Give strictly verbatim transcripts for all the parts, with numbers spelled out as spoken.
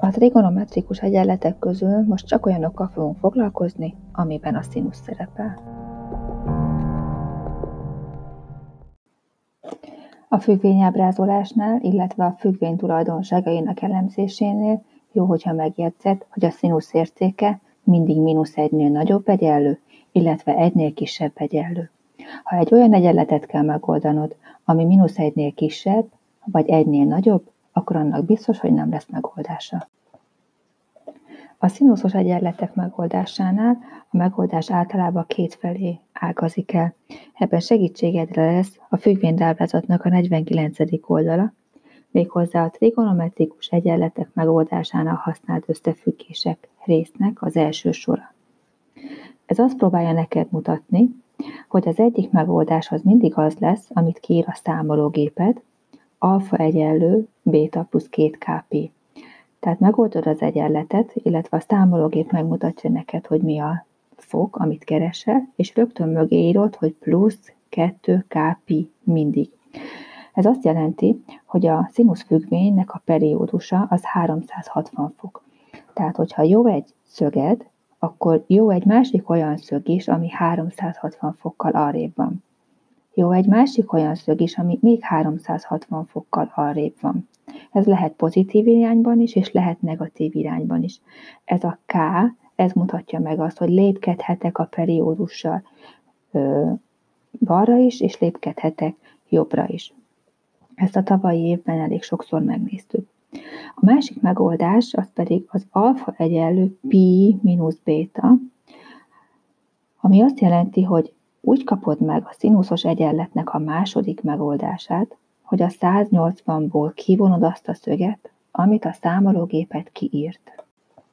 A trigonometrikus egyenletek közül most csak olyanokkal fogunk foglalkozni, amiben a színusz szerepel. A függvényábrázolásnál, illetve a függvény tulajdonságainak elemzésénél jó, hogyha megjegyzed, hogy a színusz értéke mindig mínusz egynél nagyobb egyenlő, illetve egynél kisebb egyenlő. Ha egy olyan egyenletet kell megoldanod, ami mínusz egynél kisebb, vagy egynél nagyobb, akkor annak biztos, hogy nem lesz megoldása. A színuszos egyenletek megoldásánál a megoldás általában kétfelé ágazik el. Ebben segítségedre lesz a függvénytáblázatnak a negyvenkilencedik oldala, méghozzá a trigonometrikus egyenletek megoldásánál használt összefüggések résznek az első sora. Ez azt próbálja neked mutatni, hogy az egyik megoldás az mindig az lesz, amit kiír a számológéped, alfa egyenlő béta plusz két ká pé. Tehát megoldod az egyenletet, illetve a számológép megmutatja neked, hogy mi a fok, amit keresel, és rögtön mögé írod, hogy plusz kettő ká pé mindig. Ez azt jelenti, hogy a színusz függvénynek a periódusa az háromszázhatvan fok. Tehát, hogyha jó egy szöged, akkor jó egy másik olyan szög is, ami háromszázhatvan fokkal arrébb van. Jó egy másik olyan szög is, ami még háromszázhatvan fokkal arrébb van. Ez lehet pozitív irányban is, és lehet negatív irányban is. Ez a K, ez mutatja meg azt, hogy lépkedhetek a periódussal ö, balra is, és lépkedhetek jobbra is. Ezt a tavalyi évben elég sokszor megnéztük. A másik megoldás az pedig az alfa egyenlő pi mínusz béta, ami azt jelenti, hogy úgy kapod meg a színuszos egyenletnek a második megoldását, hogy a száznyolcvanból kivonod azt a szöget, amit a számológéped kiírt.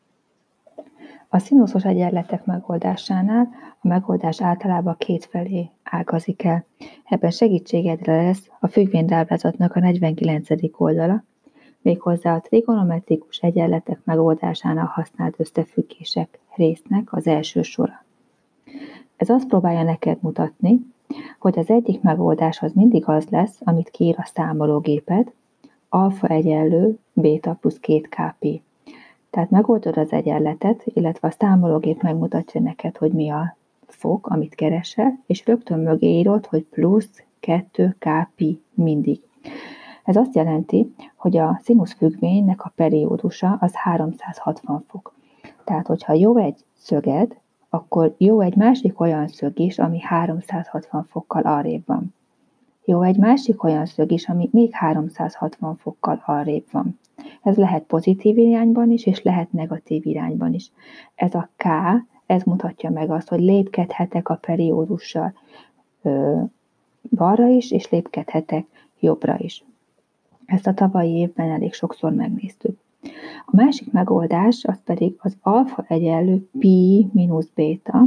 A színuszos egyenletek megoldásánál a megoldás általában kétfelé ágazik el. Ebben segítségedre lesz a függvénytáblázatnak a negyvenkilencedik oldala, méghozzá a trigonometrikus egyenletek megoldásánál használt összefüggések résznek az első sora. Ez azt próbálja neked mutatni, hogy az egyik megoldás az mindig az lesz, amit kiír a számológéped, alfa egyenlő béta plusz két ká pé. Tehát megoldod az egyenletet, illetve a számológép megmutatja neked, hogy mi a fok, amit keresel, és rögtön mögé írod, hogy plusz kettő ká pé mindig. Ez azt jelenti, hogy a színusz függvénynek a periódusa az háromszázhatvan fok. Tehát, hogyha jó egy szöged, akkor jó egy másik olyan szög is, ami háromszázhatvan fokkal arrébb van. Jó egy másik olyan szög is, ami még háromszázhatvan fokkal arrébb van. Ez lehet pozitív irányban is, és lehet negatív irányban is. Ez a K, ez mutatja meg azt, hogy lépkedhetek a periódussal ö, balra is, és lépkedhetek jobbra is. Ezt a tavalyi évben elég sokszor megnéztük. A másik megoldás az pedig az alfa egyenlő pi mínusz béta,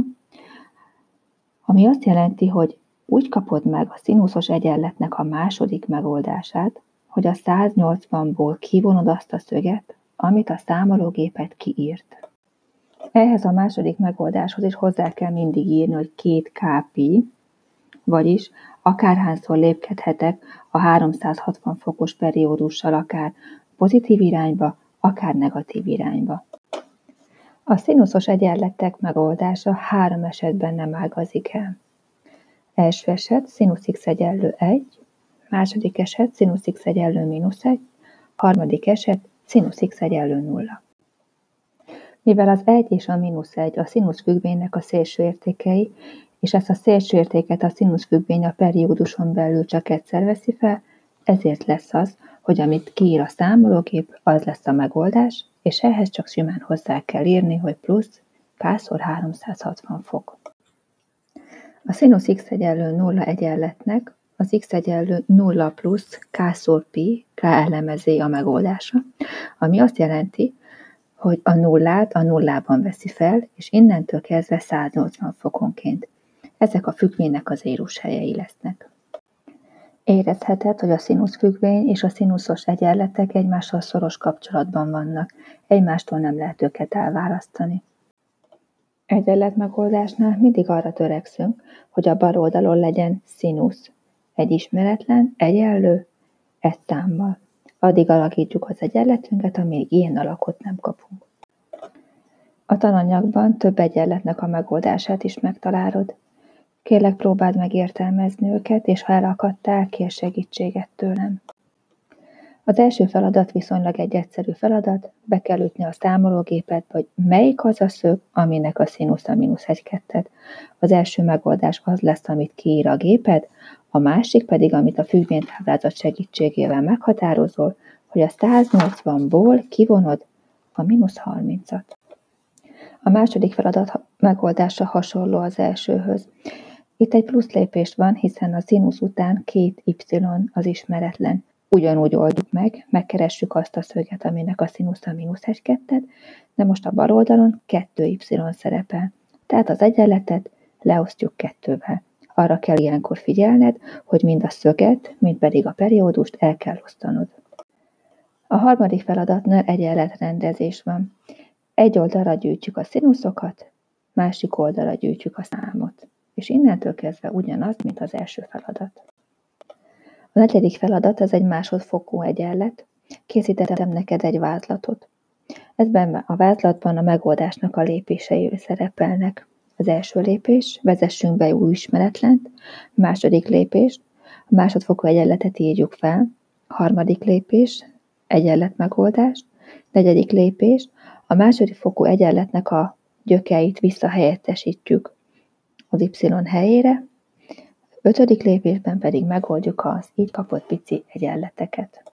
ami azt jelenti, hogy úgy kapod meg a színuszos egyenletnek a második megoldását, hogy a száznyolcvanból kivonod azt a szöget, amit a számológéped kiírt. Ehhez a második megoldáshoz is hozzá kell mindig írni, hogy két ká pé, vagyis akárhányszor lépkedhetek a háromszázhatvan fokos periódussal, akár pozitív irányba, akár negatív irányba. A színuszos egyenletek megoldása három esetben nem ágazik el. Első eset színusz x egyenlő egy, második eset színusz x egyenlő mínusz egy, harmadik eset színusz x egyenlő nulla. Mivel az egy és a mínusz egy a színusz függvénynek a szélső értékei, és ezt a szélső értéket a színusz függvény a perióduson belül csak egyszer veszi fel, ezért lesz az, hogy amit kiír a számológép, az lesz a megoldás, és ehhez csak simán hozzá kell írni, hogy plusz k-szor háromszázhatvan fok. A színusz x egyenlő nulla egyenletnek az x egyenlő nulla plusz k-szor pi, k elemezé a megoldása, ami azt jelenti, hogy a nullát a nullában veszi fel, és innentől kezdve száznyolcvan fokonként. Ezek a függvénynek az érushelyei lesznek. Érezheted, hogy a színusz függvény és a színuszos egyenletek egymással szoros kapcsolatban vannak, egymástól nem lehet őket elválasztani. Egyenletmegoldásnál mindig arra törekszünk, hogy a bal oldalon legyen színusz, egy ismeretlen, egyenlő, egy számmal. Addig alakítjuk az egyenletünket, amíg ilyen alakot nem kapunk. A tananyagban több egyenletnek a megoldását is megtalálod. Kérlek, próbáld meg értelmezni őket, és ha elakadtál, kérj segítséget tőlem. Az első feladat viszonylag egy egyszerű feladat, be kell ütni a számológépedbe, hogy melyik az a szög, aminek a színusza mínusz egy ketted. Az első megoldás az lesz, amit kiír a géped, a másik pedig, amit a függvénytáblázat segítségével meghatározol, hogy a száznyolcvanból kivonod a mínusz harmincat. A második feladat megoldása hasonló az elsőhöz. Itt egy plusz lépés van, hiszen a színusz után két y az ismeretlen. Ugyanúgy oldjuk meg, megkeressük azt a szöget, aminek a színusza mínusz egy ketted, de most a bal oldalon kettő y szerepel. Tehát az egyenletet leosztjuk kettővel. Arra kell ilyenkor figyelned, hogy mind a szöget, mind pedig a periódust el kell osztanod. A harmadik feladatnál egyenletrendezés van. Egy oldalra gyűjtjük a színuszokat, másik oldalra gyűjtjük a számot. És innentől kezdve ugyanaz, mint az első feladat. A negyedik feladat az egy másodfokú egyenlet. Készítettem neked egy vázlatot. Ezben a vázlatban a megoldásnak a lépései szerepelnek. Az első lépés, vezessünk be új ismeretlent. A második lépés, a másodfokú egyenletet írjuk fel. A harmadik lépés, egyenlet megoldás. Negyedik lépés, a második fokú egyenletnek a gyökeit visszahelyettesítjük az y helyére. Ötödik lépésben pedig megoldjuk az így kapott pici egyenleteket.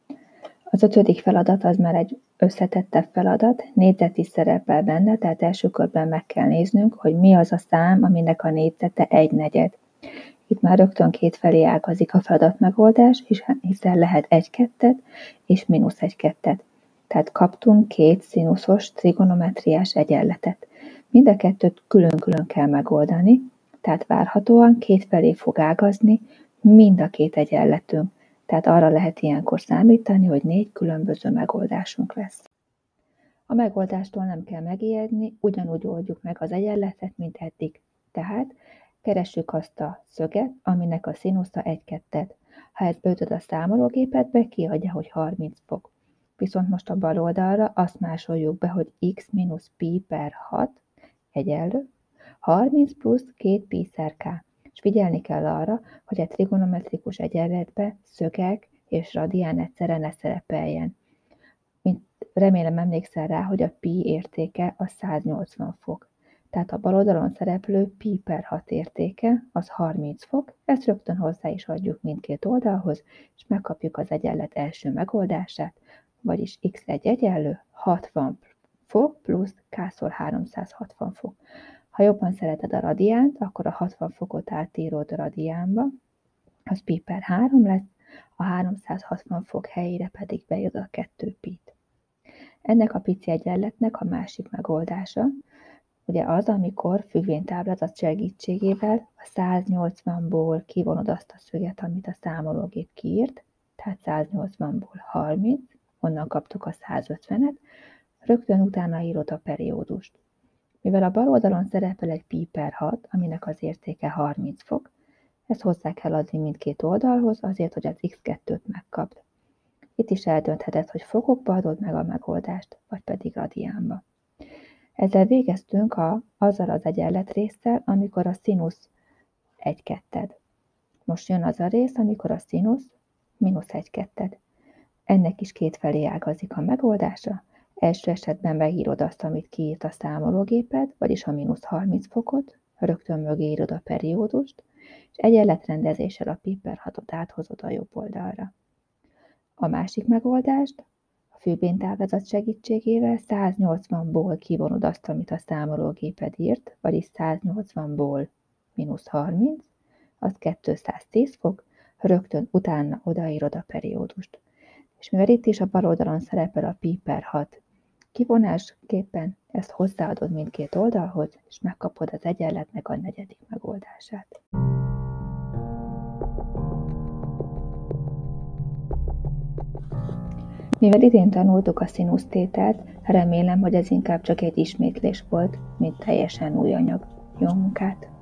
Az ötödik feladat az már egy összetettebb feladat, négyzet is szerepel benne, tehát első körben meg kell néznünk, hogy mi az a szám, aminek a négyzete egy negyed. Itt már rögtön két felé ágazik a feladat megoldás, hiszen lehet egy ketted és mínusz egy ketted. Tehát kaptunk két színuszos trigonometriás egyenletet. Mind a kettőt külön-külön kell megoldani, tehát várhatóan két felé fog ágazni mind a két egyenletünk. Tehát arra lehet ilyenkor számítani, hogy négy különböző megoldásunk lesz. A megoldástól nem kell megijedni, ugyanúgy oldjuk meg az egyenletet, mint eddig. Tehát keressük azt a szöget, aminek a színusza egy ketted. Ha ezt beütöd a számológépedbe, kiadja, hogy harminc fok. Viszont most a bal oldalra azt másoljuk be, hogy x mínusz pi per hat egyenlő harminc plusz két pi szer k. És figyelni kell arra, hogy a trigonometrikus egyenletbe szögek és radián egyszerre ne szerepeljen. Mint remélem emlékszel rá, hogy a pi értéke a száznyolcvan fok. Tehát a bal oldalon szereplő pi per hat értéke az harminc fok, ezt rögtön hozzá is adjuk mindkét oldalhoz, és megkapjuk az egyenlet első megoldását, vagyis x egy egyenlő hatvan fok plusz k-szor háromszázhatvan fok. Ha jobban szereted a radiánt, akkor a hatvan fokot átírod radiánba, az pi per három lesz, a háromszázhatvan fok helyére pedig beírod a kettő pi-t. Ennek a pici egyenletnek a másik megoldása, ugye az, amikor függvénytáblázat segítségével a száznyolcvanból kivonod azt a szöget, amit a számológép kiírt, tehát száznyolcvanból harminc, onnan kaptuk a százötvenet, rögtön utána írod a periódust. Mivel a bal oldalon szerepel egy pi per hat, aminek az értéke harminc fok, ezt hozzá kell adni mindkét oldalhoz, azért, hogy az x kettőt megkapd. Itt is eldöntheted, hogy fokokba adod meg a megoldást, vagy pedig radiánba. Ezzel végeztünk a, azzal az egyenletrésszel, amikor a színusz egy ketted. Most jön az a rész, amikor a színusz mínusz egy ketted. Ennek is két felé ágazik a megoldása. Első esetben megírod azt, amit kiírt a számológéped, vagyis a mínusz harminc fokot, rögtön mögé írod a periódust, és egyenletrendezéssel a pi per hatot áthozod a jobb oldalra. A másik megoldást a függvénytáblázat segítségével száznyolcvanból kivonod azt, amit a számológéped írt, vagyis száznyolcvanból mínusz harminc, az kétszáztíz fok, rögtön utána odaírod a periódust. És mivel itt is a bal oldalon szerepel a pi per hat, kivonásképpen ezt hozzáadod mindkét oldalhoz, és megkapod az egyenletnek a negyedik megoldását. Mivel idén tanultuk a színusztételt, remélem, hogy ez inkább csak egy ismétlés volt, mint teljesen új anyag. Jó munkát!